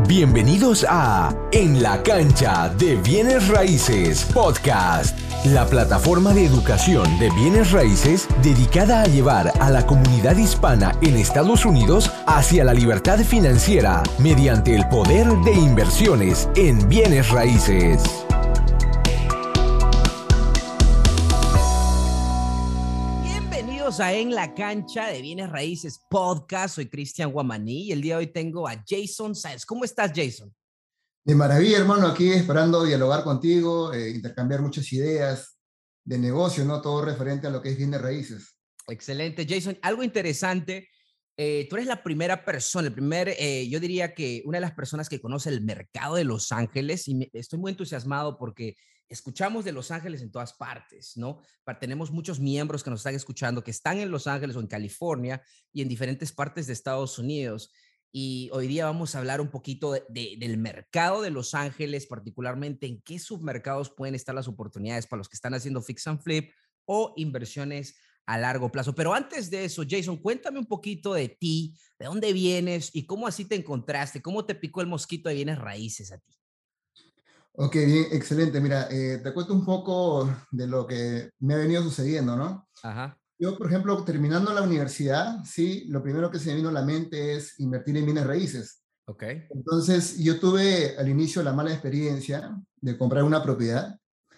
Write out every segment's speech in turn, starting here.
Bienvenidos a En la Cancha de Bienes Raíces Podcast, la plataforma de educación de bienes raíces dedicada a llevar a la comunidad hispana en Estados Unidos hacia la libertad financiera mediante el poder de inversiones en bienes raíces. Bienvenidos a En la Cancha de Bienes Raíces Podcast. Soy Cristian Guamaní y el día de hoy tengo a Jason Sáenz. ¿Cómo estás, Jason? De maravilla, hermano, aquí esperando dialogar contigo, intercambiar muchas ideas de negocio, ¿no? Todo referente a lo que es bienes raíces. Excelente, Jason. Algo interesante, tú eres la primera persona, yo diría que una de las personas que conoce el mercado de Los Ángeles y estoy muy entusiasmado porque escuchamos de Los Ángeles en todas partes, ¿no? Tenemos muchos miembros que nos están escuchando que están en Los Ángeles o en California y en diferentes partes de Estados Unidos. Y hoy día vamos a hablar un poquito del mercado de Los Ángeles, particularmente en qué submercados pueden estar las oportunidades para los que están haciendo fix and flip o inversiones a largo plazo. Pero antes de eso, Jason, cuéntame un poquito de ti, de dónde vienes y cómo así te encontraste, cómo te picó el mosquito de bienes raíces a ti. Ok, bien, excelente. Mira, te cuento un poco de lo que me ha venido sucediendo, ¿no? Ajá. Yo, por ejemplo, terminando la universidad, sí, lo primero que se me vino a la mente es invertir en bienes raíces. Ok. Entonces, yo tuve al inicio la mala experiencia de comprar una propiedad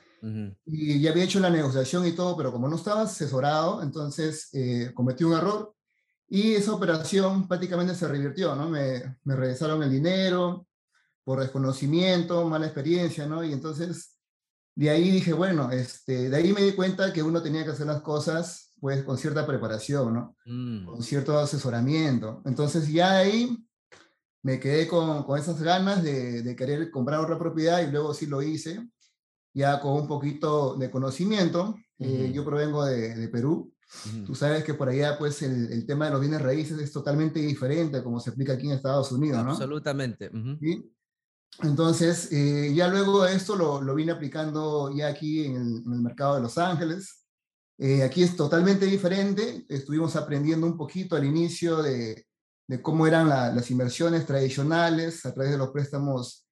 y ya había hecho la negociación y todo, pero como no estaba asesorado, entonces cometí un error y esa operación prácticamente se revirtió, ¿no? Me regresaron el dinero por desconocimiento, mala experiencia, ¿no? Y entonces de ahí dije, bueno, de ahí me di cuenta que uno tenía que hacer las cosas pues con cierta preparación, ¿no? Con cierto asesoramiento. Entonces ya ahí me quedé con esas ganas de querer comprar otra propiedad y luego sí lo hice, ya con un poquito de conocimiento. Yo provengo de Perú. Tú sabes que por allá pues el tema de los bienes raíces es totalmente diferente a como se aplica aquí en Estados Unidos, ¿no? Absolutamente. ¿Sí? Entonces, ya luego de esto lo vine aplicando ya aquí en el mercado de Los Ángeles. Aquí es totalmente diferente. Estuvimos aprendiendo un poquito al inicio de cómo eran las inversiones tradicionales a través de los préstamos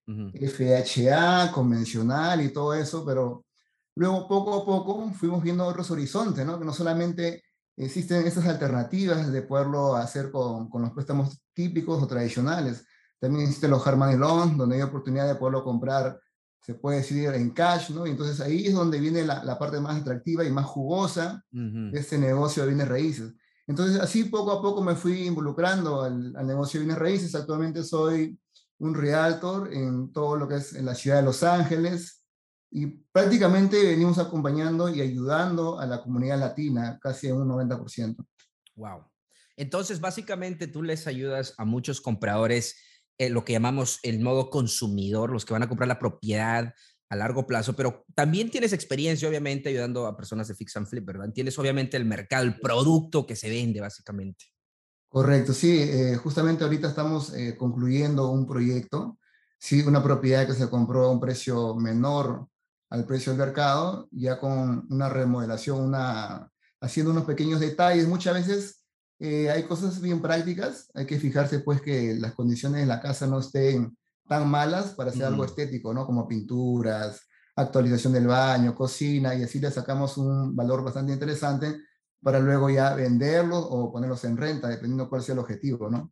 FHA, convencional y todo eso, pero luego poco a poco fuimos viendo otros horizontes, ¿no? Que no solamente existen esas alternativas de poderlo hacer con los préstamos típicos o tradicionales. También existen los hard money loans, donde hay oportunidad de poderlo comprar, se puede decir, en cash, ¿no? Y entonces ahí es donde viene la parte más atractiva y más jugosa de este negocio de bienes raíces. Entonces así poco a poco me fui involucrando al negocio de bienes raíces. Actualmente soy un realtor en todo lo que es en la ciudad de Los Ángeles y prácticamente venimos acompañando y ayudando a la comunidad latina casi en un 90%. Wow. Entonces, básicamente tú les ayudas a muchos compradores, lo que llamamos el modo consumidor, los que van a comprar la propiedad a largo plazo, pero también tienes experiencia, obviamente, ayudando a personas de fix and flip, ¿verdad? Tienes, obviamente, el mercado, el producto que se vende, básicamente. Correcto, sí, justamente ahorita estamos concluyendo un proyecto, sí, una propiedad que se compró a un precio menor al precio del mercado, ya con una remodelación, haciendo unos pequeños detalles. Muchas veces hay cosas bien prácticas, hay que fijarse pues que las condiciones de la casa no estén tan malas para hacer algo estético, ¿no? Como pinturas, actualización del baño, cocina, y así le sacamos un valor bastante interesante para luego ya venderlos o ponerlos en renta, dependiendo cuál sea el objetivo, ¿no?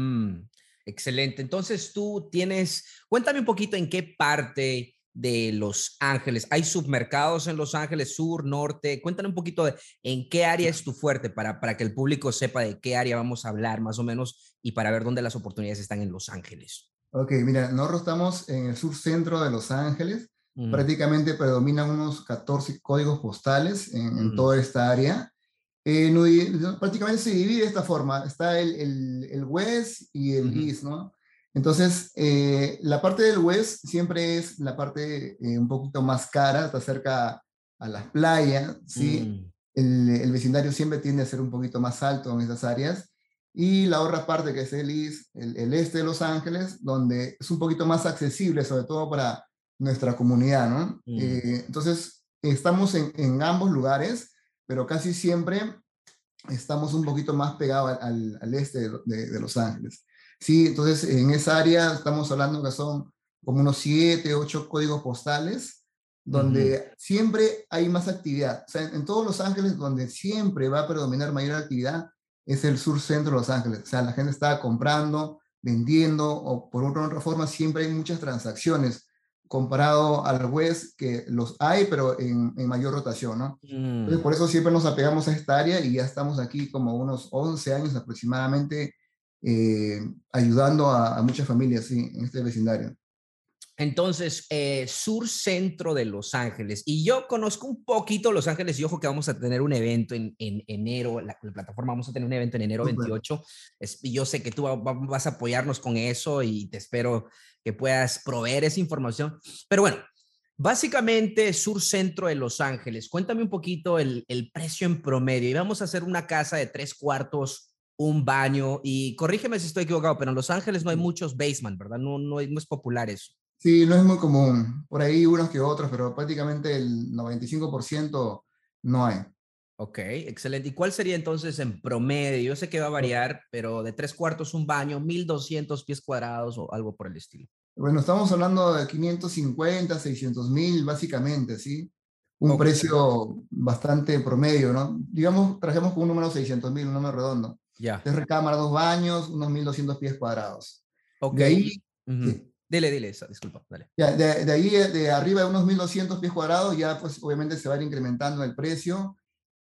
Excelente. Entonces cuéntame un poquito en qué parte de Los Ángeles, ¿hay submercados en Los Ángeles, sur, norte? Cuéntame un poquito en qué área es tu fuerte para que el público sepa de qué área vamos a hablar más o menos y para ver dónde las oportunidades están en Los Ángeles. Ok, mira, nosotros estamos en el sur centro de Los Ángeles, prácticamente predominan unos 14 códigos postales en toda esta área. Prácticamente se divide de esta forma, está el West y el East, ¿no? Entonces, la parte del West siempre es la parte un poquito más cara, está cerca a las playas, ¿sí? El vecindario siempre tiende a ser un poquito más alto en esas áreas. Y la otra parte que es el East, el este de Los Ángeles, donde es un poquito más accesible, sobre todo para nuestra comunidad, ¿no? Entonces, estamos en ambos lugares, pero casi siempre estamos un poquito más pegados al este de Los Ángeles. Sí, entonces en esa área estamos hablando que son como unos 7, 8 códigos postales, Ujú. donde siempre hay más actividad. O sea, en todos Los Ángeles, donde siempre va a predominar mayor actividad, es el sur centro de Los Ángeles. O sea, la gente está comprando, vendiendo, o por otra forma, siempre hay muchas transacciones comparado al West, que los hay, pero en mayor rotación, ¿no? Entonces, Mm. por eso siempre nos apegamos a esta área y ya estamos aquí como unos 11 años aproximadamente eh, ayudando a muchas familias, sí, en este vecindario. Entonces, sur centro de Los Ángeles. Y yo conozco un poquito Los Ángeles y ojo que vamos a tener un evento en enero, la plataforma vamos a tener un evento en enero Súper. 28. Y yo sé que tú vas a apoyarnos con eso y te espero que puedas proveer esa información. Pero bueno, básicamente sur centro de Los Ángeles. Cuéntame un poquito el precio en promedio. Y vamos a hacer una casa de 3 cuartos, un baño y corrígeme si estoy equivocado, pero en Los Ángeles no hay muchos basement, ¿verdad? No es popular eso. Sí, no es muy común. Por ahí unos que otros, pero prácticamente el 95% no hay. Ok, excelente. ¿Y cuál sería entonces en promedio? Yo sé que va a variar, pero de 3 cuartos, un baño, 1,200 pies cuadrados o algo por el estilo. Bueno, estamos hablando de 550, 600 mil, básicamente, ¿sí? Un Ok, precio bastante promedio, ¿no? Digamos, trajemos con un número 600 mil, un número redondo. ya. 3 recámaras, 2 baños, unos 1.200 pies cuadrados. Ok. De ahí, Ujú. sí. Dile, disculpa, dale. Ya, de ahí, de arriba de unos 1.200 pies cuadrados, ya pues obviamente se va a ir incrementando el precio.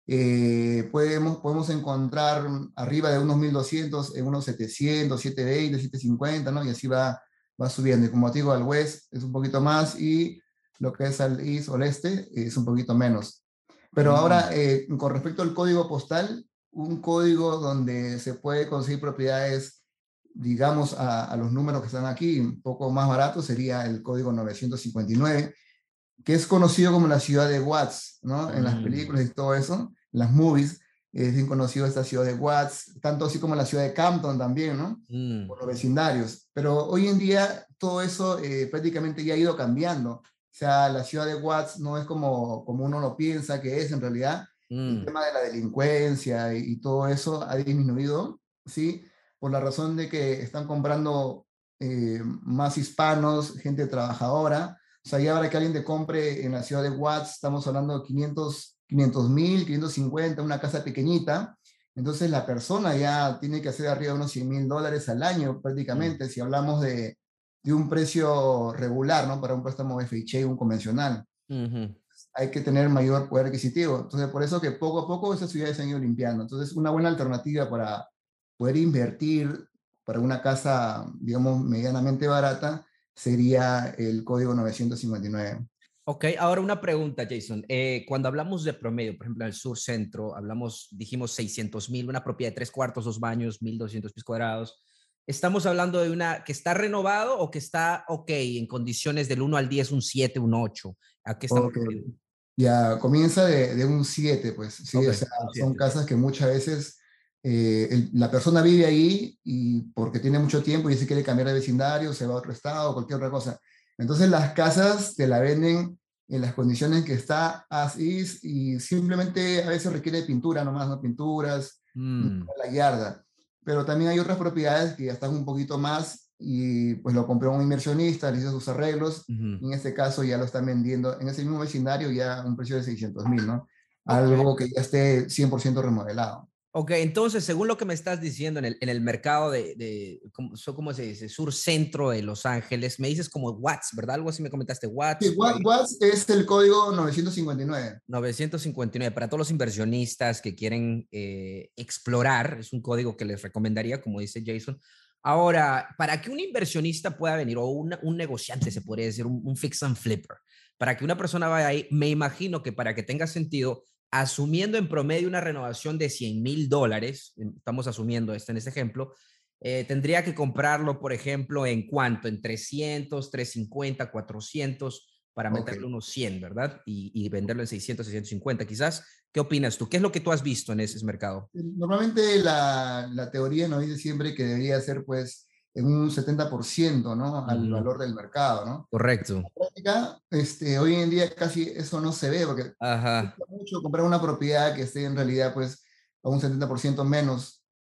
Podemos encontrar arriba de unos 1.200 en unos 700, 720, 750, ¿no? Y así va subiendo. Y como te digo, al west es un poquito más y lo que es al east o al este es un poquito menos. Pero Mm, ahora, con respecto al código postal, un código donde se puede conseguir propiedades, digamos, a los números que están aquí, un poco más barato, sería el código 959, que es conocido como la ciudad de Watts, ¿no? En las mm, películas y todo eso, en las movies, es bien conocido esta ciudad de Watts, tanto así como la ciudad de Campton también, ¿no? mm, Por los vecindarios. Pero hoy en día todo eso prácticamente ya ha ido cambiando. O sea, la ciudad de Watts no es como uno lo piensa que es en realidad. El mm, tema de la delincuencia y todo eso ha disminuido, ¿sí? Por la razón de que están comprando más hispanos, gente trabajadora. O sea, ya para que alguien te compre en la ciudad de Watts, estamos hablando de 500 mil, 550, una casa pequeñita. Entonces la persona ya tiene que hacer arriba de unos $100,000 al año mm, prácticamente, si hablamos de un precio regular, ¿no? Para un préstamo FHA, un convencional. ujú. Hay que tener mayor poder adquisitivo. Entonces, por eso que poco a poco esas ciudades se han ido limpiando. Entonces, una buena alternativa para poder invertir para una casa, digamos, medianamente barata sería el código 959. Ok, ahora una pregunta, Jason. Cuando hablamos de promedio, por ejemplo, en el sur centro, dijimos 600,000, una propiedad de 3 cuartos, 2 baños, 1,200 pies cuadrados. ¿Estamos hablando de una que está renovado o que está, ok, en condiciones del 1 al 10, un 7, un 8? ¿A qué estamos Ok, refiriendo? ya comienza de un 7 pues, sí, Ok, o sea, un son 7. casas que muchas veces la persona vive ahí y porque tiene mucho tiempo y se quiere cambiar de vecindario, se va a otro estado, cualquier otra cosa. Entonces las casas te la venden en las condiciones que está as is y simplemente a veces requiere pintura nomás, no pinturas, Mm, la yarda. Pero también hay otras propiedades que ya están un poquito más y pues lo compró un inversionista, le hizo sus arreglos ujú. y en este caso ya lo están vendiendo en ese mismo vecindario ya a un precio de 600,000, ¿no? Ok. Algo que ya esté 100% remodelado. Ok, entonces, según lo que me estás diciendo en el mercado ¿cómo se dice? Sur centro de Los Ángeles, me dices como Watts, ¿verdad? Algo así me comentaste, Sí, Watts, por ahí. Watts es el código 959. 959 para todos los inversionistas que quieren explorar, es un código que les recomendaría, como dice Jason. Ahora, para que un inversionista pueda venir, o un negociante, se podría decir, un fix and flipper, para que una persona vaya ahí, me imagino que para que tenga sentido, asumiendo en promedio una renovación de $100,000, estamos asumiendo esto en este ejemplo, tendría que comprarlo, por ejemplo, ¿en cuánto? En 300, 350, 400 para Ok. meterle unos 100, ¿verdad? Y venderlo en 600, 650 quizás. ¿Qué opinas tú? ¿Qué es lo que tú has visto en ese mercado? Normalmente la teoría nos dice siempre que debería ser pues en un 70%, ¿no? Al Ujú. valor del mercado, ¿no? Correcto. Práctica, hoy en día casi eso no se ve porque Ajá. cuesta mucho comprar una propiedad que esté en realidad pues a un 70% menos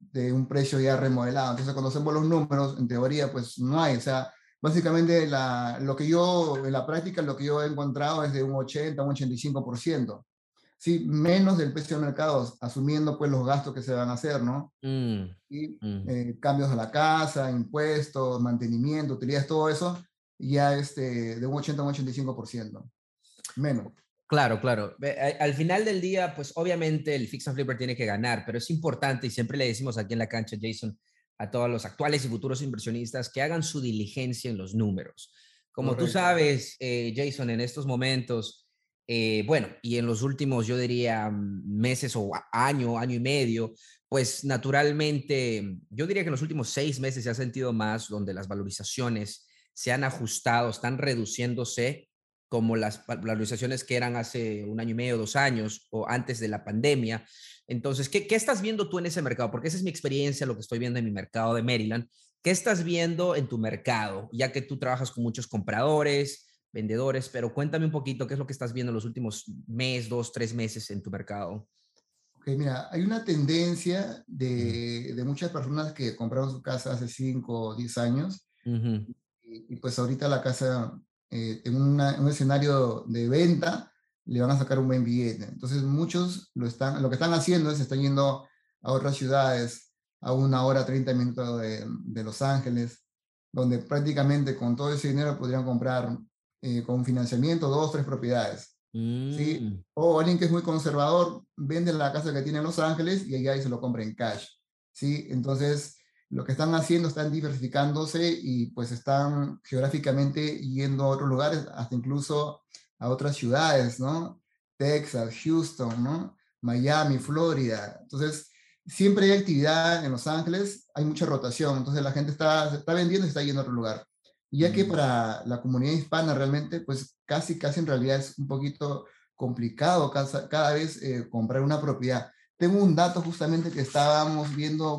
de un precio ya remodelado. Entonces, cuando hacemos los números, en teoría, pues no hay. O sea, básicamente lo que yo, en la práctica, lo que yo he encontrado es de un 80, un 85%. Sí, menos del precio del mercado, asumiendo pues los gastos que se van a hacer, ¿no? Mm, Y mm. cambios a la casa, impuestos, mantenimiento, utilidades, todo eso, ya de un 80 a un 85%, menos. Claro, claro. Al final del día, pues obviamente el fix and flipper tiene que ganar, pero es importante y siempre le decimos aquí en la cancha, Jason, a todos los actuales y futuros inversionistas que hagan su diligencia en los números. Como tú Correcto. sabes, Jason, en estos momentos, bueno, y en los últimos, yo diría, meses o año, año y medio, pues naturalmente, yo diría que en los últimos 6 meses se ha sentido más donde las valorizaciones se han ajustado, están reduciéndose como las valorizaciones que eran hace un año y medio, 2 años o antes de la pandemia. Entonces, ¿qué estás viendo tú en ese mercado? Porque esa es mi experiencia, lo que estoy viendo en mi mercado de Maryland. ¿Qué estás viendo en tu mercado? Ya que tú trabajas con muchos compradores, vendedores, pero cuéntame un poquito qué es lo que estás viendo en los últimos mes, 2, 3 meses en tu mercado. Ok, mira, hay una tendencia Ujú, de muchas personas que compraron su casa hace 5 o 10 años ujú, y pues ahorita la casa en un escenario de venta le van a sacar un buen billete. Entonces muchos lo que están haciendo es están yendo a otras ciudades a 1 hora 30 minutos de Los Ángeles, donde prácticamente con todo ese dinero podrían comprar con financiamiento 2, 3 propiedades. ¿Sí? mm, O alguien que es muy conservador, vende la casa que tiene en Los Ángeles y allá y se lo compra en cash. ¿Sí? Entonces, lo que están haciendo, están diversificándose y pues están geográficamente yendo a otros lugares, hasta incluso a otras ciudades, ¿no? Texas, Houston, ¿no? Miami, Florida. Entonces, siempre hay actividad en Los Ángeles, hay mucha rotación, entonces la gente está vendiendo y está yendo a otro lugar. Ya que mm, para la comunidad hispana realmente, pues casi en realidad es un poquito complicado cada vez comprar una propiedad. Tengo un dato justamente que estábamos viendo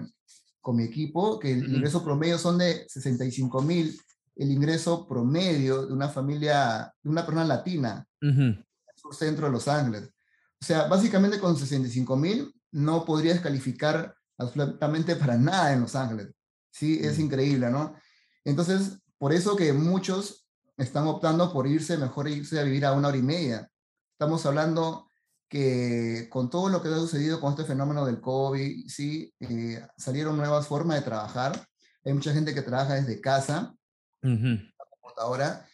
con mi equipo, que el ujú, ingreso promedio son de 65,000, el ingreso promedio de una familia, de una persona latina, ujú, en el centro de Los Ángeles. O sea, básicamente con 65,000 no podrías calificar absolutamente para nada en Los Ángeles. Sí, es mm. increíble, ¿no? Entonces, por eso que muchos están optando por mejor irse a vivir a 1 hora y media. Estamos hablando que con todo lo que ha sucedido con este fenómeno del COVID, sí, salieron nuevas formas de trabajar. Hay mucha gente que trabaja desde casa, Ujú, ahora,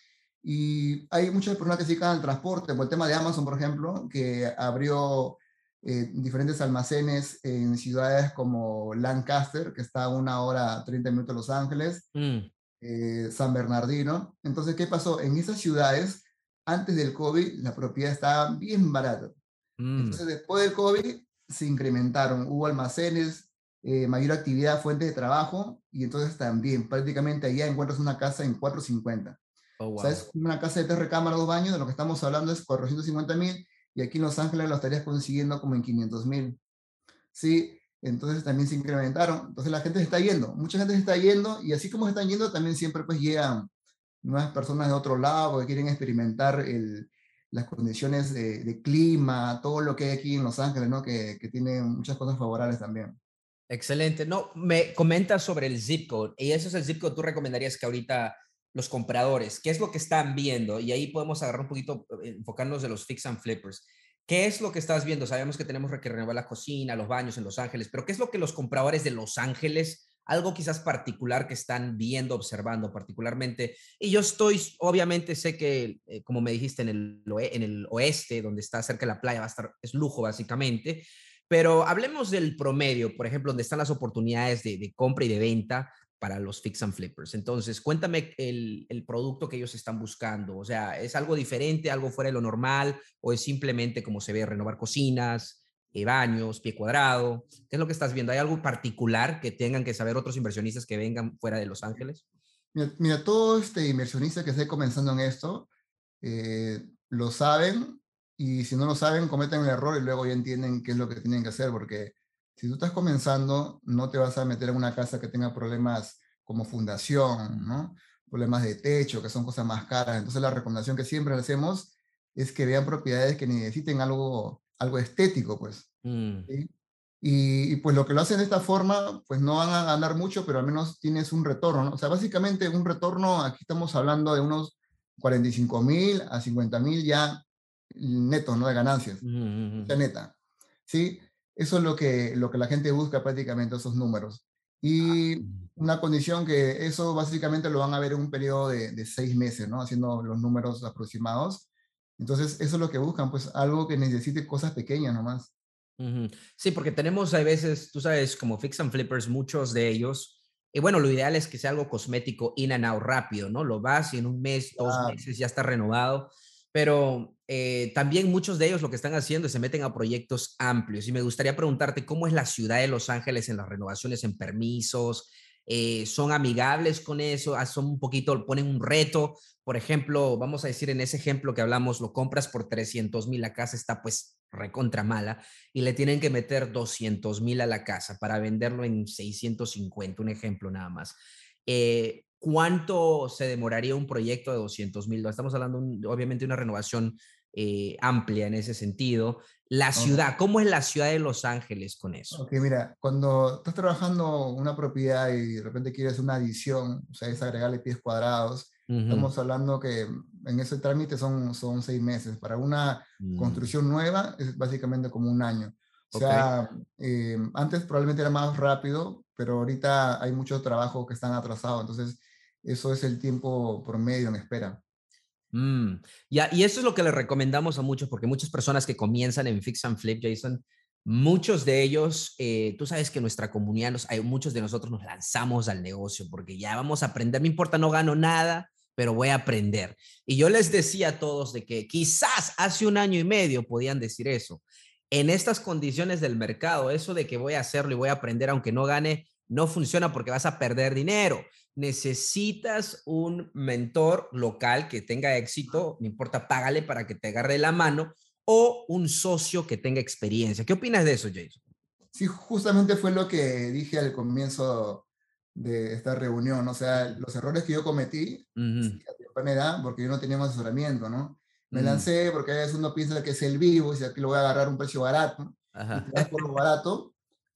y hay muchas personas que se dedican al transporte, por el tema de Amazon, por ejemplo, que abrió diferentes almacenes en ciudades como Lancaster, que está a 1 hora 30 minutos de Los Ángeles, mm, San Bernardino. Entonces, ¿qué pasó? En esas ciudades, antes del COVID, la propiedad estaba bien barata. mm. Entonces, después del COVID, se incrementaron, hubo almacenes, mayor actividad, fuentes de trabajo, y entonces también prácticamente allá encuentras una casa en 450. Oh, O sea, wow. es una casa de 3 recámaras, 2 baños, de lo que estamos hablando es 450,000, y aquí en Los Ángeles lo estarías consiguiendo como en 500,000. Sí, entonces también se incrementaron. Entonces la gente se está yendo, mucha gente se está yendo, y así como se están yendo, también siempre pues llegan nuevas personas de otro lado que quieren experimentar las condiciones de clima, todo lo que hay aquí en Los Ángeles, ¿no? Que tiene muchas cosas favorables también. Excelente. No, me comentas sobre el zip code y eso es el zip code tú recomendarías que ahorita los compradores, ¿qué es lo que están viendo? Y ahí podemos agarrar un poquito, enfocarnos de los fix and flippers. ¿Qué es lo que estás viendo? Sabemos que tenemos que renovar la cocina, los baños en Los Ángeles, pero ¿qué es lo que los compradores de Los Ángeles, algo quizás particular que están viendo, observando particularmente? Y yo estoy, obviamente sé que, como me dijiste, en el oeste, donde está cerca de la playa, va a estar, es lujo básicamente, pero hablemos del promedio, por ejemplo, donde están las oportunidades de compra y de venta para los fix and flippers. Entonces, cuéntame el producto que ellos están buscando. O sea, ¿es algo diferente, algo fuera de lo normal o es simplemente como se ve, renovar cocinas, baños, pie cuadrado? ¿Qué es lo que estás viendo? ¿Hay algo particular que tengan que saber otros inversionistas que vengan fuera de Los Ángeles? Mira, todo este inversionista que esté comenzando en esto, lo saben, y si no lo saben, cometen el error y luego ya entienden qué es lo que tienen que hacer, porque si tú estás comenzando, no te vas a meter en una casa que tenga problemas como fundación, ¿no? Problemas de techo, que son cosas más caras. Entonces la recomendación que siempre le hacemos es que vean propiedades que necesiten algo estético, pues. Mm, ¿Sí? Pues lo que lo hacen de esta forma, pues no van a ganar mucho, pero al menos tienes un retorno, ¿no? O sea, básicamente un retorno, aquí estamos hablando de unos 45.000 a 50.000 ya netos, ¿no? De ganancias, ya Ujú. neta. ¿Sí? Eso es lo que la gente busca prácticamente, esos números. Y una condición que eso básicamente lo van a ver en un periodo de 6 meses, ¿no? Haciendo los números aproximados. Entonces, eso es lo que buscan, pues algo que necesite cosas pequeñas nomás. Ujú. Sí, porque tenemos a veces, tú sabes, como fix and flippers, muchos de ellos. Y bueno, lo ideal es que sea algo cosmético in and out rápido, ¿no? Lo vas y en un mes, dos Claro. meses ya está renovado. Pero también muchos de ellos lo que están haciendo es se meten a proyectos amplios. Y me gustaría preguntarte cómo es la ciudad de Los Ángeles en las renovaciones, en permisos. ¿Son amigables con eso? ¿Son un poquito, ponen un reto? Por ejemplo, vamos a decir en ese ejemplo que hablamos, lo compras por 300,000, la casa está pues recontra mala y le tienen que meter 200,000 a la casa para venderlo en 650, un ejemplo nada más. ¿Cuánto se demoraría un proyecto de 200,000? Estamos hablando obviamente de una renovación amplia en ese sentido. La Ok. ciudad, ¿cómo es la ciudad de Los Ángeles con eso? Ok, mira, cuando estás trabajando una propiedad y de repente quieres una adición, o sea, es agregarle pies cuadrados, Ujú. estamos hablando que en ese trámite son 6 meses. Para una Mm, construcción nueva es básicamente como un año. O ok. sea, antes probablemente era más rápido, pero ahorita hay mucho trabajo que están atrasados, entonces eso es el tiempo promedio en espera. Ya, y eso es lo que le recomendamos a muchos, porque muchas personas que comienzan en Fix and Flip, Jason, muchos de ellos, tú sabes que en nuestra comunidad, hay muchos de nosotros nos lanzamos al negocio porque ya vamos a aprender, no importa, no gano nada, pero voy a aprender. Y yo les decía a todos de que quizás hace un año y medio podían decir eso. En estas condiciones del mercado, eso de que voy a hacerlo y voy a aprender aunque no gane, no funciona porque vas a perder dinero. Necesitas un mentor local que tenga éxito, no importa, págale para que te agarre la mano, o un socio que tenga experiencia. ¿Qué opinas de eso, Jason? Sí, justamente fue lo que dije al comienzo de esta reunión, ¿no? O sea, los errores que yo cometí Ujú. sí, a temprana edad, porque yo no tenía más asesoramiento, ¿no? Me Mm, lancé porque a veces uno piensa que es el vivo, y si aquí lo voy a agarrar a un precio barato, y ajá. te vas por lo barato,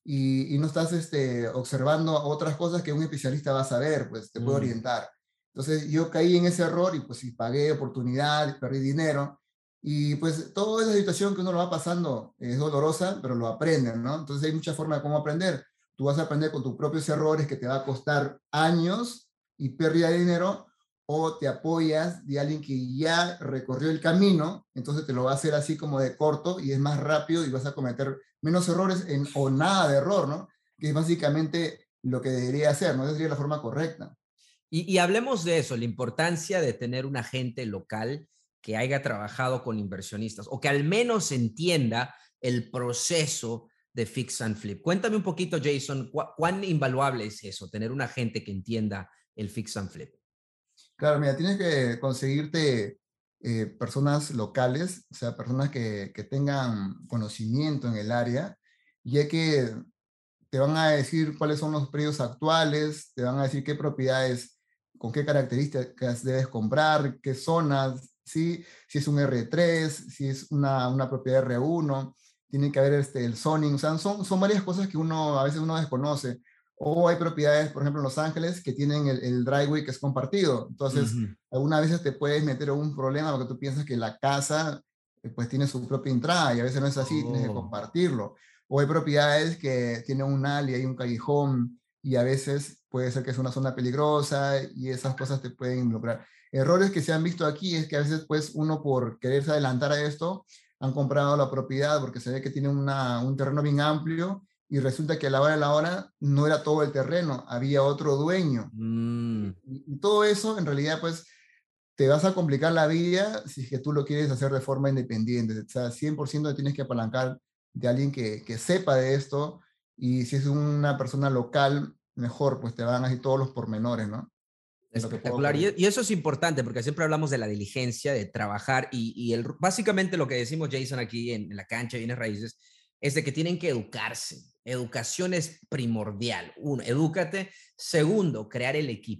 y no estás observando otras cosas que un especialista va a saber, pues te puede Mm, orientar. Entonces yo caí en ese error y pues sí, pagué oportunidad, perdí dinero, y pues toda esa situación que uno lo va pasando es dolorosa, pero lo aprenden, ¿no? Entonces hay muchas formas de cómo aprender. Tú vas a aprender con tus propios errores que te va a costar años y pérdida de dinero, o te apoyas de alguien que ya recorrió el camino, entonces te lo va a hacer así como de corto y es más rápido y vas a cometer menos errores o nada de error, ¿no? Que es básicamente lo que debería hacer, ¿no? Esa sería la forma correcta. y hablemos de eso, la importancia de tener un agente local que haya trabajado con inversionistas o que al menos entienda el proceso de fix and flip. Cuéntame un poquito, Jason, ¿cuán invaluable es eso, tener un agente que entienda el fix and flip? Claro, mira, tienes que conseguirte personas locales, o sea, personas que tengan conocimiento en el área, ya que te van a decir cuáles son los precios actuales, te van a decir qué propiedades, con qué características debes comprar, qué zonas, ¿sí? Si es un R3, si es una propiedad R1, tiene que haber el zoning, o sea, son varias cosas que a veces uno desconoce. O hay propiedades, por ejemplo, en Los Ángeles, que tienen el driveway que es compartido. Entonces, Ujú. algunas veces te puedes meter en un problema porque tú piensas que la casa pues tiene su propia entrada y a veces no es así, tienes que Oh. compartirlo. O hay propiedades que tienen un alley, hay un callejón, y a veces puede ser que es una zona peligrosa y esas cosas te pueden involucrar. Errores que se han visto aquí es que a veces pues uno por quererse adelantar a esto han comprado la propiedad porque se ve que tiene un terreno bien amplio y resulta que a la hora de la hora no era todo el terreno, había otro dueño. Mm. Y todo eso en realidad pues te vas a complicar la vida si es que tú lo quieres hacer de forma independiente. O sea, 100% te tienes que apalancar de alguien que sepa de esto, y si es una persona local, mejor, pues te van a decir todos los pormenores, ¿no? De lo que puede Espectacular. ocurrir. Y eso es importante porque siempre hablamos de la diligencia, de trabajar básicamente lo que decimos, Jason, aquí en la cancha de bienes raíces, es de que tienen que educarse. Educación es primordial. Uno, edúcate. Segundo, crear el equipo.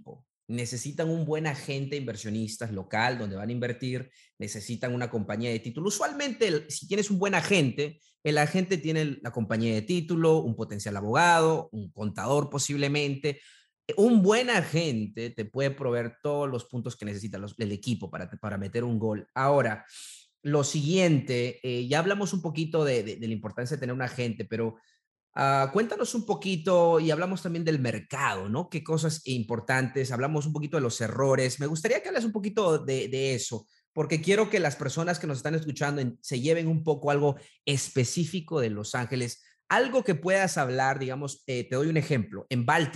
necesitan un buen agente inversionistas local donde van a invertir, necesitan una compañía de título. Usualmente, si tienes un buen agente, el agente tiene la compañía de título, un potencial abogado, un contador posiblemente. Un buen agente te puede proveer todos los puntos que necesita el equipo para meter un gol. Ahora, lo siguiente, ya hablamos un poquito de la importancia de tener un agente, pero cuéntanos un poquito y hablamos también del mercado, ¿no? Qué cosas importantes, hablamos un poquito de los errores. Me gustaría que hables un poquito de eso, porque quiero que las personas que nos están escuchando se lleven un poco algo específico de Los Ángeles, algo que puedas hablar, digamos, te doy un ejemplo,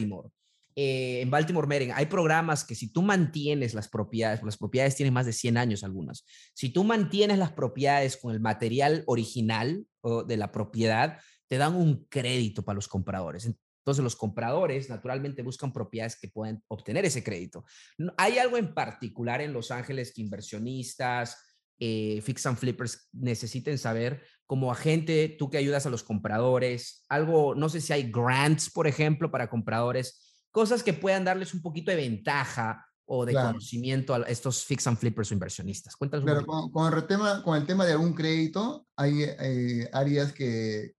en Baltimore, Maryland, hay programas que si tú mantienes las propiedades tienen más de 100 años algunas, si tú mantienes las propiedades con el material original o de la propiedad, te dan un crédito para los compradores. Entonces, los compradores naturalmente buscan propiedades que pueden obtener ese crédito. ¿Hay algo en particular en Los Ángeles que inversionistas, fix and flippers necesiten saber como agente, tú que ayudas a los compradores? Algo, no sé si hay grants, por ejemplo, para compradores, cosas que puedan darles un poquito de ventaja o de Claro. conocimiento a estos fix and flippers o inversionistas. Cuéntanos un Claro, poquito. con el tema de algún crédito, hay áreas que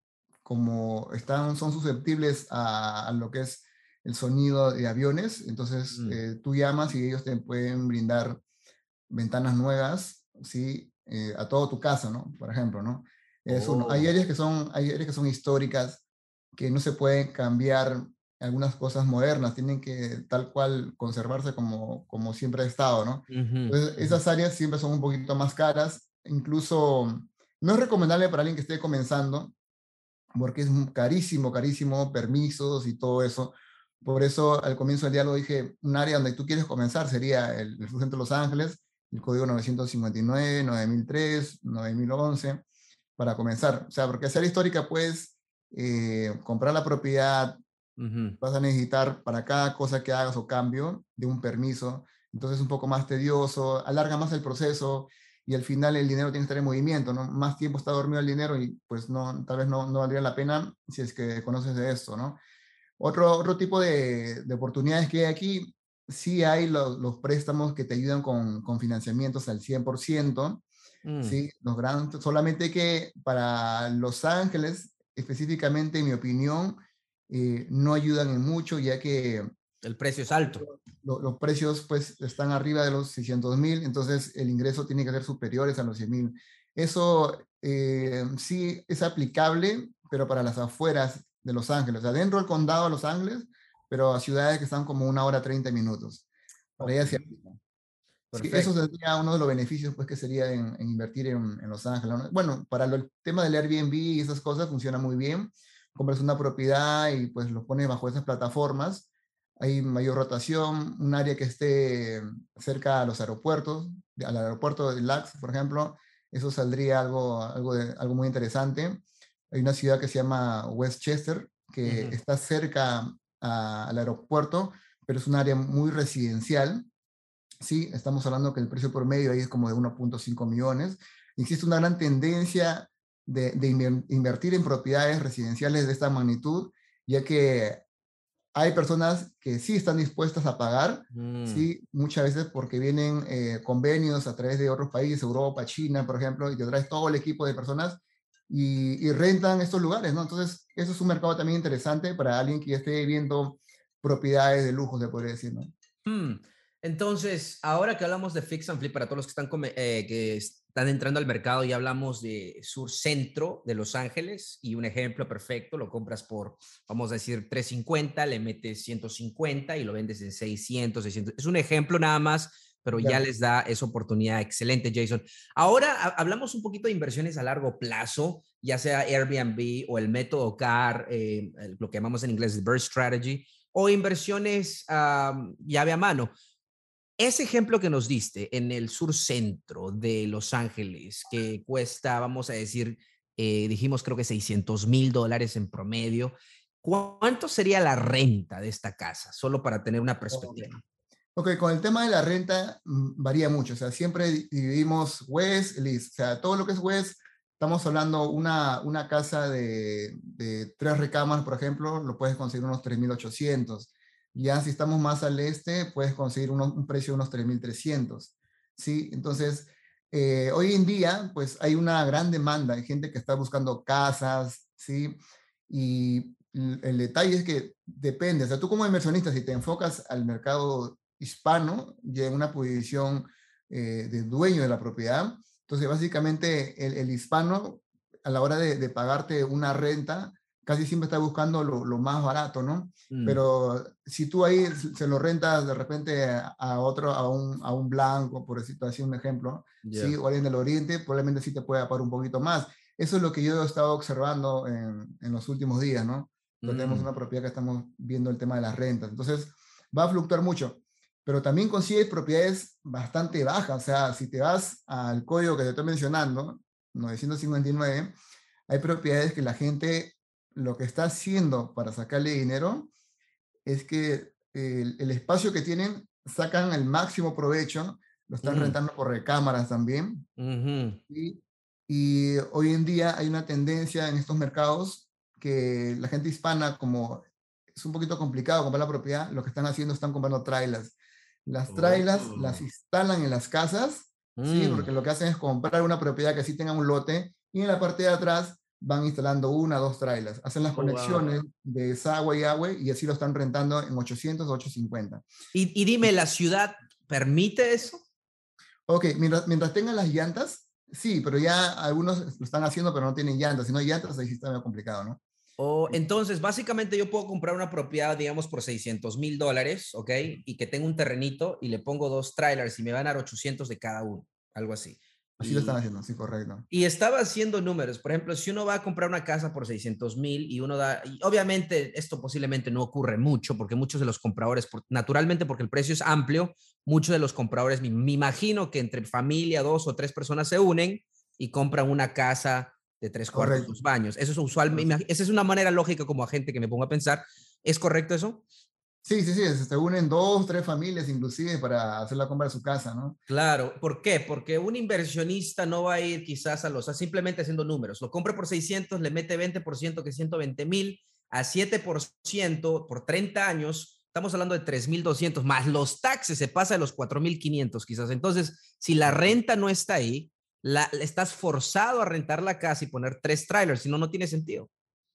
son susceptibles a lo que es el sonido de aviones, entonces Mm. tú llamas y ellos te pueden brindar ventanas nuevas, ¿sí? A toda tu casa, ¿no? Por ejemplo, ¿no? Es uno. Oh. Hay áreas que son históricas, que no se pueden cambiar algunas cosas modernas, tienen que tal cual conservarse como siempre ha estado, ¿no? Ujú, Entonces, ujú. esas áreas siempre son un poquito más caras, incluso no es recomendable para alguien que esté comenzando, porque es carísimo, carísimo, permisos y todo eso. Por eso al comienzo del diálogo dije, un área donde tú quieres comenzar sería el centro de Los Ángeles, el código 959, 9003, 9011, para comenzar. O sea, porque hacer histórica puedes comprar la propiedad, Ujú. vas a necesitar para cada cosa que hagas o cambio de un permiso, entonces es un poco más tedioso, alarga más el proceso y al final el dinero tiene que estar en movimiento, ¿no? Más tiempo está dormido el dinero y pues no, tal vez no valdría la pena si es que conoces de esto, ¿no? Otro tipo de oportunidades que hay aquí, sí hay los préstamos que te ayudan con financiamientos al 100%, Mm. ¿sí? Los grandes, solamente que para Los Ángeles, específicamente, en mi opinión, no ayudan en mucho, ya que El precio es alto. los precios pues están arriba de los 600,000, entonces el ingreso tiene que ser superiores a los 100,000. Eso sí es aplicable, pero para las afueras de Los Ángeles, o sea, dentro del condado de Los Ángeles, pero a ciudades que están como 1 hora 30 minutos. Para Ok, allá se aplica. Sí, eso perfecto. sería uno de los beneficios pues, que sería en invertir en Los Ángeles, ¿no? Bueno, para el tema del Airbnb y esas cosas funciona muy bien. Compras una propiedad y pues lo pones bajo esas plataformas. Hay mayor rotación, un área que esté cerca a los aeropuertos, al aeropuerto de LAX, por ejemplo, eso saldría algo muy interesante. Hay una ciudad que se llama Westchester, que Ujú. está cerca al aeropuerto, pero es un área muy residencial. Sí, estamos hablando que el precio promedio ahí es como de 1.5 millones. Existe una gran tendencia de invertir en propiedades residenciales de esta magnitud, ya que hay personas que sí están dispuestas a pagar, Mm. sí, muchas veces porque vienen convenios a través de otros países, Europa, China, por ejemplo, y te traes todo el equipo de personas y rentan estos lugares, ¿no? Entonces, eso es un mercado también interesante para alguien que ya esté viendo propiedades de lujo, se podría decir, ¿no? Hmm. Entonces, ahora que hablamos de fix and flip, para todos los que que están entrando al mercado, y hablamos de sur centro de Los Ángeles, y un ejemplo perfecto, lo compras por, vamos a decir, 350, le metes 150 y lo vendes en 600, 600. Es un ejemplo nada más, pero ya Claro. les da esa oportunidad. Excelente, Jason. Ahora hablamos un poquito de inversiones a largo plazo, ya sea Airbnb o el método CAR, lo que llamamos en inglés Burst Strategy, o inversiones llave a mano. Ese ejemplo que nos diste en el sur centro de Los Ángeles, que cuesta, vamos a decir, dijimos creo que $600,000 en promedio, ¿cuánto sería la renta de esta casa? Solo para tener una Ok. perspectiva. Ok, con el tema de la renta varía mucho, o sea, siempre dividimos West, East, o sea, todo lo que es West, estamos hablando una casa de 3 recámaras, por ejemplo, lo puedes conseguir unos 3,800. Ya si estamos más al este, puedes conseguir un precio de unos 3.300, ¿sí? Entonces, hoy en día, pues hay una gran demanda, hay gente que está buscando casas, ¿sí? Y el detalle es que depende, o sea, tú como inversionista, si te enfocas al mercado hispano, ya en una posición de dueño de la propiedad, entonces básicamente el hispano, a la hora de pagarte una renta, casi siempre está buscando lo más barato, ¿no? Mm, Pero si tú ahí se lo rentas de repente a otro, a un blanco, por decirlo así, un ejemplo, ¿sí? ya. O alguien del oriente, probablemente sí te pueda pagar un poquito más. Eso es lo que yo he estado observando en los últimos días, ¿no? Que tenemos Mm, una propiedad que estamos viendo el tema de las rentas. Entonces, va a fluctuar mucho. Pero también consigues propiedades bastante bajas. O sea, si te vas al código que te estoy mencionando, 959, hay propiedades que la gente lo que está haciendo para sacarle dinero es que el espacio que tienen sacan el máximo provecho, lo están mm, rentando por recámaras también. ujú, Y hoy en día hay una tendencia en estos mercados que la gente hispana, como es un poquito complicado comprar la propiedad, lo que están haciendo están comprando trailers. Las trailers las oh, instalan en las casas, ¿sí? mm, Porque lo que hacen es comprar una propiedad que sí tenga un lote y en la parte de atrás van instalando una, dos trailers. Hacen las oh, wow. conexiones de desagüe y agua y así lo están rentando en 800, 850. Y dime, ¿la ciudad permite eso? Ok, mientras tengan las llantas, sí, pero ya algunos lo están haciendo, pero no tienen llantas. Si no hay llantas, ahí sí está medio complicado, ¿no? O entonces, básicamente yo puedo comprar una propiedad, digamos, por $600,000, ¿ok? Y que tenga un terrenito y le pongo dos trailers y me van a dar 800 de cada uno, algo así. Así lo están Y, haciendo, sí, correcto. y estaba haciendo números. Por ejemplo, si uno va a comprar una casa por 600,000 y uno da, y obviamente esto posiblemente no ocurre mucho porque muchos de los compradores, naturalmente porque el precio es amplio, muchos de los compradores, me imagino que entre familia, dos o tres personas se unen y compran una casa de tres cuartos, Correcto. dos baños. Eso es usual, esa es una manera lógica como agente que me pongo a pensar. ¿Es correcto eso? Sí, sí, sí, se unen dos, tres familias inclusive para hacer la compra de su casa, ¿no? Claro, ¿por qué? Porque un inversionista no va a ir quizás simplemente haciendo números. Lo compra por 600, le mete 20%, que es 120,000, a 7% por 30 años. Estamos hablando de 3,200 más los taxes, se pasa de los 4,500 quizás. Entonces, si la renta no está ahí, estás forzado a rentar la casa y poner tres trailers, si no, no tiene sentido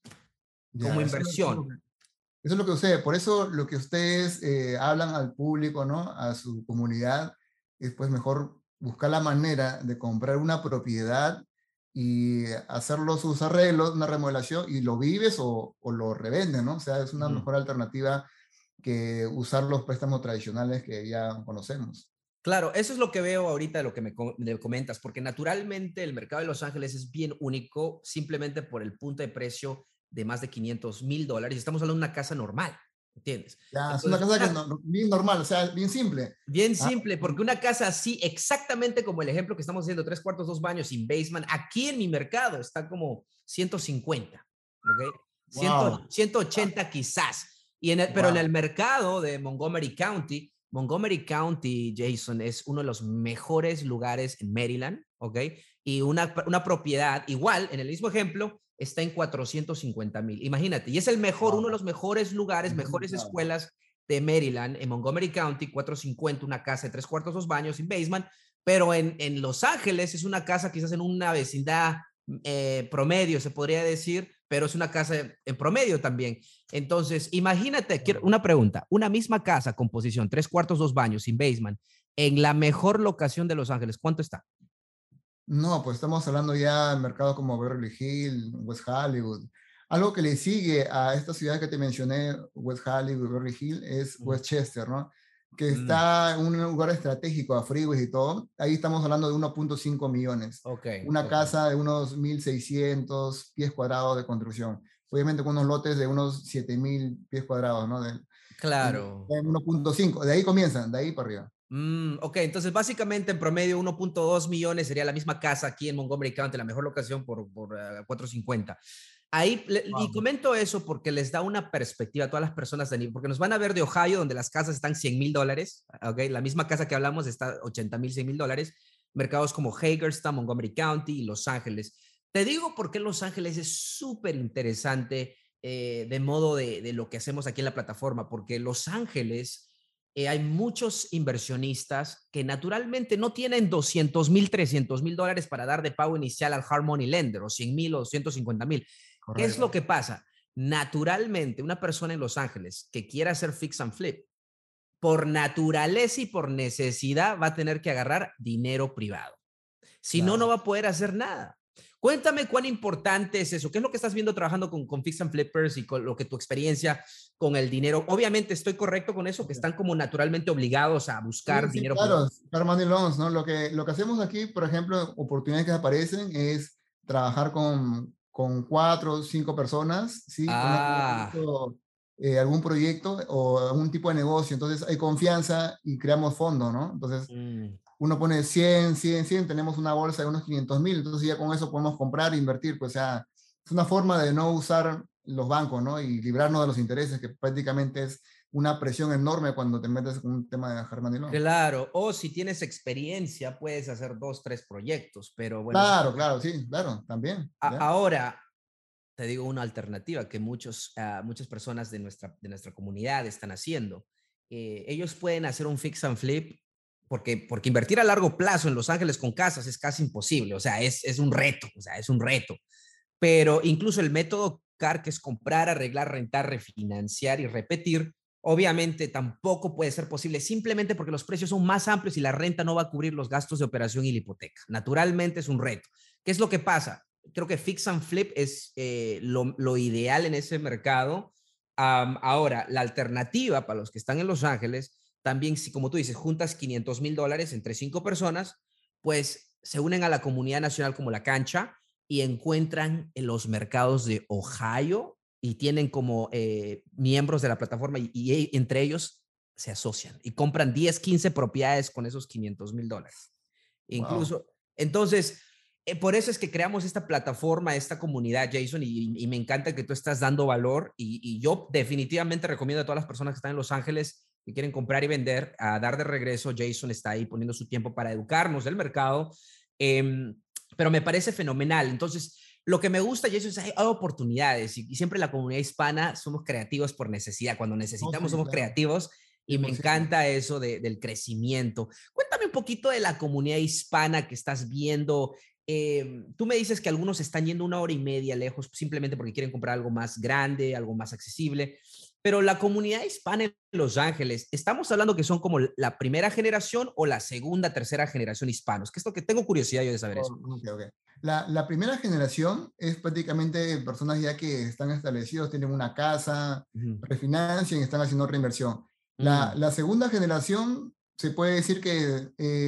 como Ya, inversión. eso es lo que sucede. Por eso lo que ustedes hablan al público, ¿no? A su comunidad, es pues mejor buscar la manera de comprar una propiedad y hacerlo sus arreglos, una remodelación, y lo vives o lo revendes, ¿no? O sea, es una Ujú. mejor alternativa que usar los préstamos tradicionales que ya conocemos. Claro, eso es lo que veo ahorita de lo que me comentas, porque naturalmente el mercado de Los Ángeles es bien único simplemente por el punto de precio de más de $500,000 y estamos hablando de una casa normal, ¿entiendes? Ya, es una Entonces, cosa que bien normal, o sea, bien simple. bien Ah, simple, porque una casa así, exactamente como el ejemplo que estamos haciendo, tres cuartos, dos baños, sin basement, aquí en mi mercado está como 150, ¿ok? 100, wow, 180 quizás. Pero en wow. el mercado de Montgomery County, Jason, es uno de los mejores lugares en Maryland, ¿ok? Y una propiedad igual, en el mismo ejemplo, está en 450,000. Imagínate, y es uno de los mejores lugares, mejores escuelas de Maryland, en Montgomery County, 450, una casa de tres cuartos, dos baños, sin basement, pero en Los Ángeles es una casa quizás en una vecindad promedio, se podría decir, pero es una casa en promedio también. Entonces, imagínate, una pregunta, una misma casa, composición, tres cuartos, dos baños, sin basement, en la mejor locación de Los Ángeles, ¿cuánto está? No, pues estamos hablando ya de mercados como Beverly Hills, West Hollywood. Algo que le sigue a esta ciudad que te mencioné, West Hollywood, Beverly Hills, es Mm, Westchester, ¿no? Que mm, está en un lugar estratégico, a freeways y todo. Ahí estamos hablando de 1.5 millones. ok, Una ok. casa de unos 1.600 pies cuadrados de construcción. Obviamente con unos lotes de unos 7.000 pies cuadrados, ¿no? Claro. 1.5. De ahí comienzan, de ahí para arriba. Ok, entonces básicamente en promedio 1,2 millones sería la misma casa aquí en Montgomery County, la mejor locación por 450. Ahí, y Wow. comento eso porque les da una perspectiva a todas las personas de nivel, porque nos van a ver de Ohio, donde las casas están $100,000, ok, la misma casa que hablamos está 80,000, $100,000, mercados como Hagerstown, Montgomery County y Los Ángeles. Te digo por qué Los Ángeles es súper interesante de modo de lo que hacemos aquí en la plataforma, porque Los Ángeles hay muchos inversionistas que naturalmente no tienen 200,000, 300,000 dólares para dar de pago inicial al hard money lender o 100,000 o 250,000. ¿Qué es lo Correcto. que pasa? Naturalmente, una persona en Los Ángeles que quiera hacer fix and flip, por naturaleza y por necesidad va a tener que agarrar dinero privado. Si no, no Claro. va a poder hacer nada. Cuéntame cuán importante es eso. ¿Qué es lo que estás viendo trabajando con Fix and Flippers y con lo que tu experiencia con el dinero? Obviamente estoy correcto con eso, que están como naturalmente obligados a Sí, buscar sí, dinero claro, privado. hard money loans, ¿no? Lo que hacemos aquí, por ejemplo, oportunidades que aparecen es trabajar con 4 o 5 personas, ¿sí? Que no han Ah, hecho algún proyecto o algún tipo de negocio. Entonces hay confianza y creamos fondo, ¿no? Entonces mm. uno pone 100, 100, 100, tenemos una bolsa de unos 500,000, entonces ya con eso podemos comprar e invertir. Pues o sea, es una forma de no usar los bancos, ¿no? Y librarnos de los intereses, que prácticamente es una presión enorme cuando te metes con un tema de hard money loan. Claro, o si tienes experiencia, puedes hacer 2, 3 proyectos, pero bueno, eso es Claro, claro, sí, claro, también, ¿ya? ahora te digo una alternativa que muchas personas de nuestra comunidad están haciendo. Ellos pueden hacer un fix and flip porque invertir a largo plazo en Los Ángeles con casas es casi imposible, o sea, es un reto, o sea, es un reto. Pero incluso el método CAR, que es comprar, arreglar, rentar, refinanciar y repetir, obviamente tampoco puede ser posible simplemente porque los precios son más amplios y la renta no va a cubrir los gastos de operación y la hipoteca. Naturalmente es un reto. ¿Qué es lo que pasa? Creo que fix and flip es lo ideal en ese mercado. Ahora, la alternativa para los que están en Los Ángeles, también si como tú dices, juntas 500,000 dólares entre 5 personas, pues se unen a la comunidad nacional como la cancha y encuentran en los mercados de Ohio y tienen como miembros de la plataforma y entre ellos se asocian y compran 10, 15 propiedades con esos 500,000 dólares. Wow. Incluso, entonces, por eso es que creamos esta plataforma, esta comunidad, Jason, y me encanta que tú estás dando valor y yo definitivamente recomiendo a todas las personas que están en Los Ángeles que quieren comprar y vender, a dar de regreso. Jason está ahí poniendo su tiempo para educarnos del mercado, eh, pero me parece fenomenal. Entonces, lo que me gusta, Jason, es hay oportunidades y siempre la comunidad hispana somos creativos por necesidad. Cuando Oh, necesitamos sí, somos claro, creativos y me 100%. encanta eso del crecimiento. Cuéntame un poquito de la comunidad hispana que estás viendo. Tú me dices que algunos están yendo 1 hora y media lejos simplemente porque quieren comprar algo más grande, algo más accesible, pero la comunidad hispana en Los Ángeles, ¿estamos hablando que son como la primera generación o la segunda, tercera generación hispanos? Que es lo que tengo curiosidad yo de saber Oh, eso. ok, ok. La primera generación es prácticamente personas ya que están establecidos, tienen una casa, Ujú. refinancian y están haciendo otra inversión. La, Mm, la segunda generación se puede decir que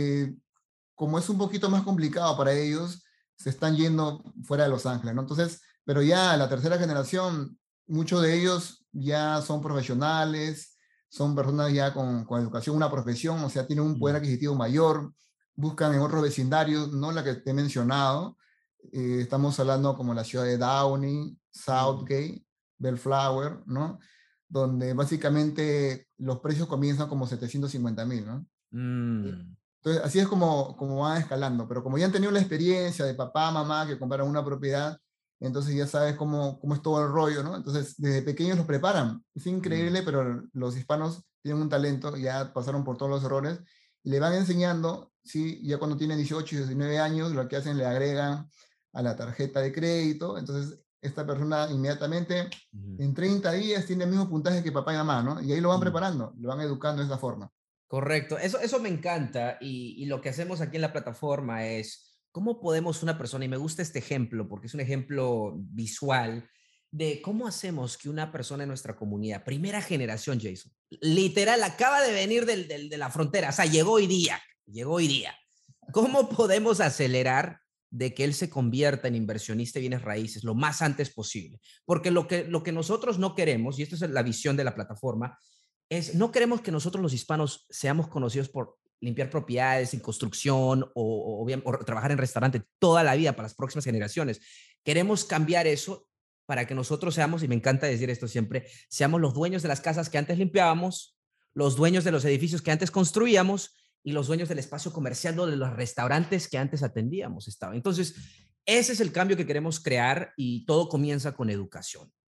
como es un poquito más complicado para ellos, se están yendo fuera de Los Ángeles, ¿no? Entonces, pero ya la tercera generación, muchos de ellos ya son profesionales, son personas ya con educación, una profesión, o sea, tienen un poder mm, adquisitivo mayor, buscan en otros vecindarios, no la que te he mencionado. Estamos hablando como la ciudad de Downey, mm, Southgate, Bellflower, ¿no? Donde básicamente los precios comienzan como 750,000, ¿no? mm. Entonces, así es como van escalando, pero como ya han tenido la experiencia de papá, mamá, que compraron una propiedad, entonces ya sabes cómo es todo el rollo, ¿no? Entonces, desde pequeños los preparan. Es Mm, increíble, pero los hispanos tienen un talento, ya pasaron por todos los errores, y le van enseñando, ¿sí? Ya cuando tienen 18 y 19 años, lo que hacen, le agregan a la tarjeta de crédito, entonces esta persona inmediatamente, mm, en 30 días, tiene el mismo puntaje que papá y mamá, ¿no? Y ahí lo van mm. preparando, lo van educando de esa forma. Correcto, eso me encanta y lo que hacemos aquí en la plataforma es cómo podemos una persona, y me gusta este ejemplo porque es un ejemplo visual de cómo hacemos que una persona en nuestra comunidad, primera generación, Jason, literal, acaba de venir de la frontera, o sea, llegó hoy día. ¿Cómo podemos acelerar de que él se convierta en inversionista de bienes raíces lo más antes posible? Porque lo que nosotros no queremos, y esto es la visión de la plataforma, no queremos que nosotros los hispanos seamos conocidos por limpiar propiedades en construcción o trabajar en restaurante toda la vida para las próximas generaciones. Queremos cambiar eso para que nosotros seamos, y me encanta decir esto siempre, seamos los dueños de las casas que antes limpiábamos, los dueños de los edificios que antes construíamos y los dueños del espacio comercial o de los restaurantes que antes atendíamos. Entonces, ese es el cambio que queremos crear y todo comienza con educación.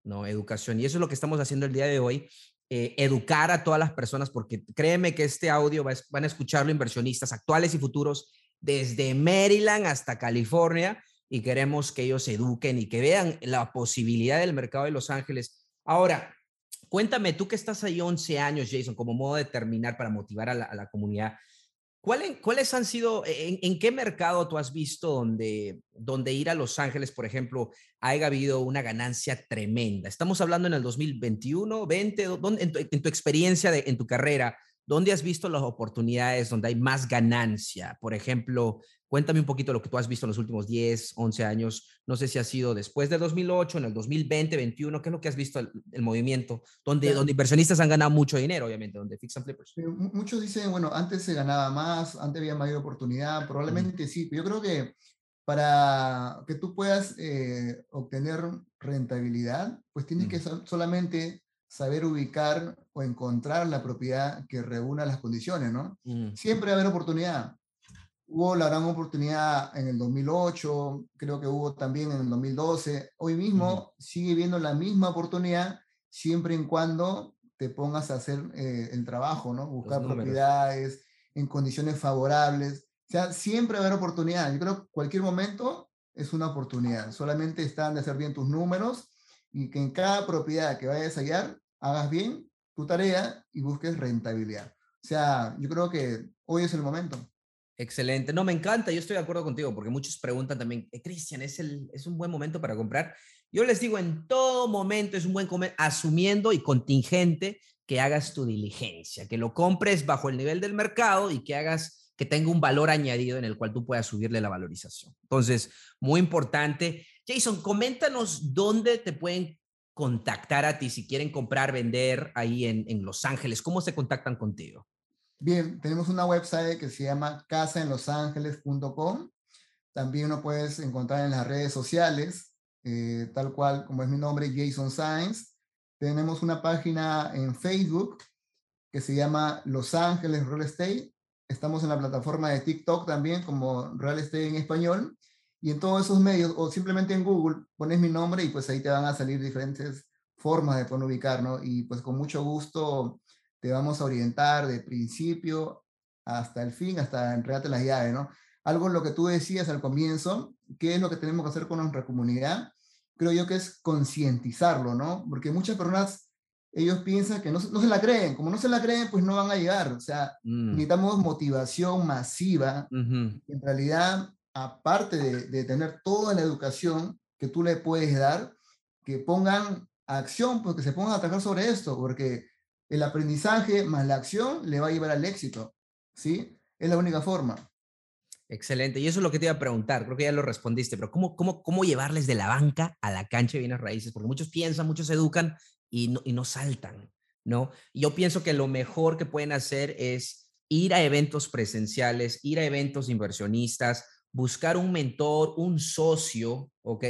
No, educación. Y eso es lo que estamos haciendo el día de hoy. Educar a todas las personas, porque créeme que este audio van a escucharlo inversionistas actuales y futuros desde Maryland hasta California, y queremos que ellos se eduquen y que vean la posibilidad del mercado de Los Ángeles. Ahora, cuéntame, tú que estás ahí 11 años, Jason, como modo de terminar para motivar a la comunidad. ¿Cuáles han sido, en qué mercado tú has visto donde ir a Los Ángeles, por ejemplo, haya habido una ganancia tremenda? Estamos hablando en el 2021, 20, en tu experiencia, en tu carrera, ¿dónde has visto las oportunidades donde hay más ganancia? Por ejemplo, cuéntame un poquito lo que tú has visto en los últimos 10, 11 años. No sé si ha sido después de 2008, en el 2020, 21. ¿Qué es lo que has visto el movimiento? Donde inversionistas han ganado mucho dinero, obviamente, donde fix and flippers. Muchos dicen, bueno, antes se ganaba más, antes había mayor oportunidad, probablemente sí, pero yo creo que para que tú puedas obtener rentabilidad, pues tienes que solamente saber ubicar o encontrar la propiedad que reúna las condiciones, ¿no? Siempre va a haber oportunidad. Hubo la gran oportunidad en el 2008, creo que hubo también en el 2012. Hoy mismo sigue viendo la misma oportunidad siempre y cuando te pongas a hacer el trabajo, ¿no? Buscar propiedades en condiciones favorables. O sea, siempre va a haber oportunidad. Yo creo que cualquier momento es una oportunidad. Solamente están de hacer bien tus números y que en cada propiedad que vayas a hallar, hagas bien tu tarea y busques rentabilidad. O sea, yo creo que hoy es el momento. Excelente. No, me encanta. Yo estoy de acuerdo contigo porque muchos preguntan también, Cristian, ¿es un buen momento para comprar? Yo les digo, en todo momento es un buen momento, asumiendo y contingente que hagas tu diligencia, que lo compres bajo el nivel del mercado y que tenga un valor añadido en el cual tú puedas subirle la valorización. Entonces, muy importante. Jason, coméntanos dónde te pueden contactar a ti si quieren comprar, vender ahí en Los Ángeles. ¿Cómo se contactan contigo? Bien, tenemos una website que se llama casaenlosangeles.com. También lo puedes encontrar en las redes sociales, tal cual como es mi nombre, Jason Sáenz. Tenemos una página en Facebook que se llama Los Ángeles Real Estate. Estamos en la plataforma de TikTok también como Real Estate en español. Y en todos esos medios, o simplemente en Google, pones mi nombre y pues ahí te van a salir diferentes formas de poder ubicar, ¿no? Y pues con mucho gusto te vamos a orientar de principio hasta el fin, hasta entregarte las llaves, ¿no? Algo en lo que tú decías al comienzo, ¿qué es lo que tenemos que hacer con nuestra comunidad? Creo yo que es concientizarlo, ¿no? Porque muchas personas, ellos piensan que no se la creen. Como no se la creen, pues no van a llegar. O sea, necesitamos motivación masiva. En realidad, aparte de tener toda la educación que tú le puedes dar, que pongan acción, pues que se pongan a trabajar sobre esto, porque el aprendizaje más la acción le va a llevar al éxito, ¿sí? Es la única forma. Excelente. Y eso es lo que te iba a preguntar. Creo que ya lo respondiste, pero ¿cómo llevarles de la banca a la cancha de bienes raíces? Porque muchos piensan, muchos se educan y no saltan, ¿no? Y yo pienso que lo mejor que pueden hacer es ir a eventos presenciales, ir a eventos inversionistas, buscar un mentor, un socio, ¿ok?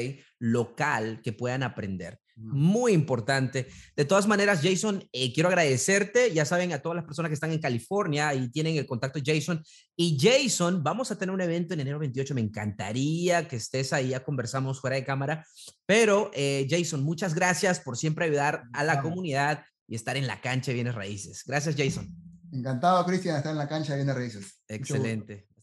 Local que puedan aprender. Muy importante. De todas maneras, Jason, quiero agradecerte. Ya saben, a todas las personas que están en California y tienen el contacto de Jason. Y Jason, vamos a tener un evento en enero 28. Me encantaría que estés ahí, ya conversamos fuera de cámara. Pero, Jason, muchas gracias por siempre ayudar a la comunidad y estar en la cancha de bienes raíces. Gracias, Jason. Encantado, Cristian, de estar en la cancha de bienes raíces. Excelente.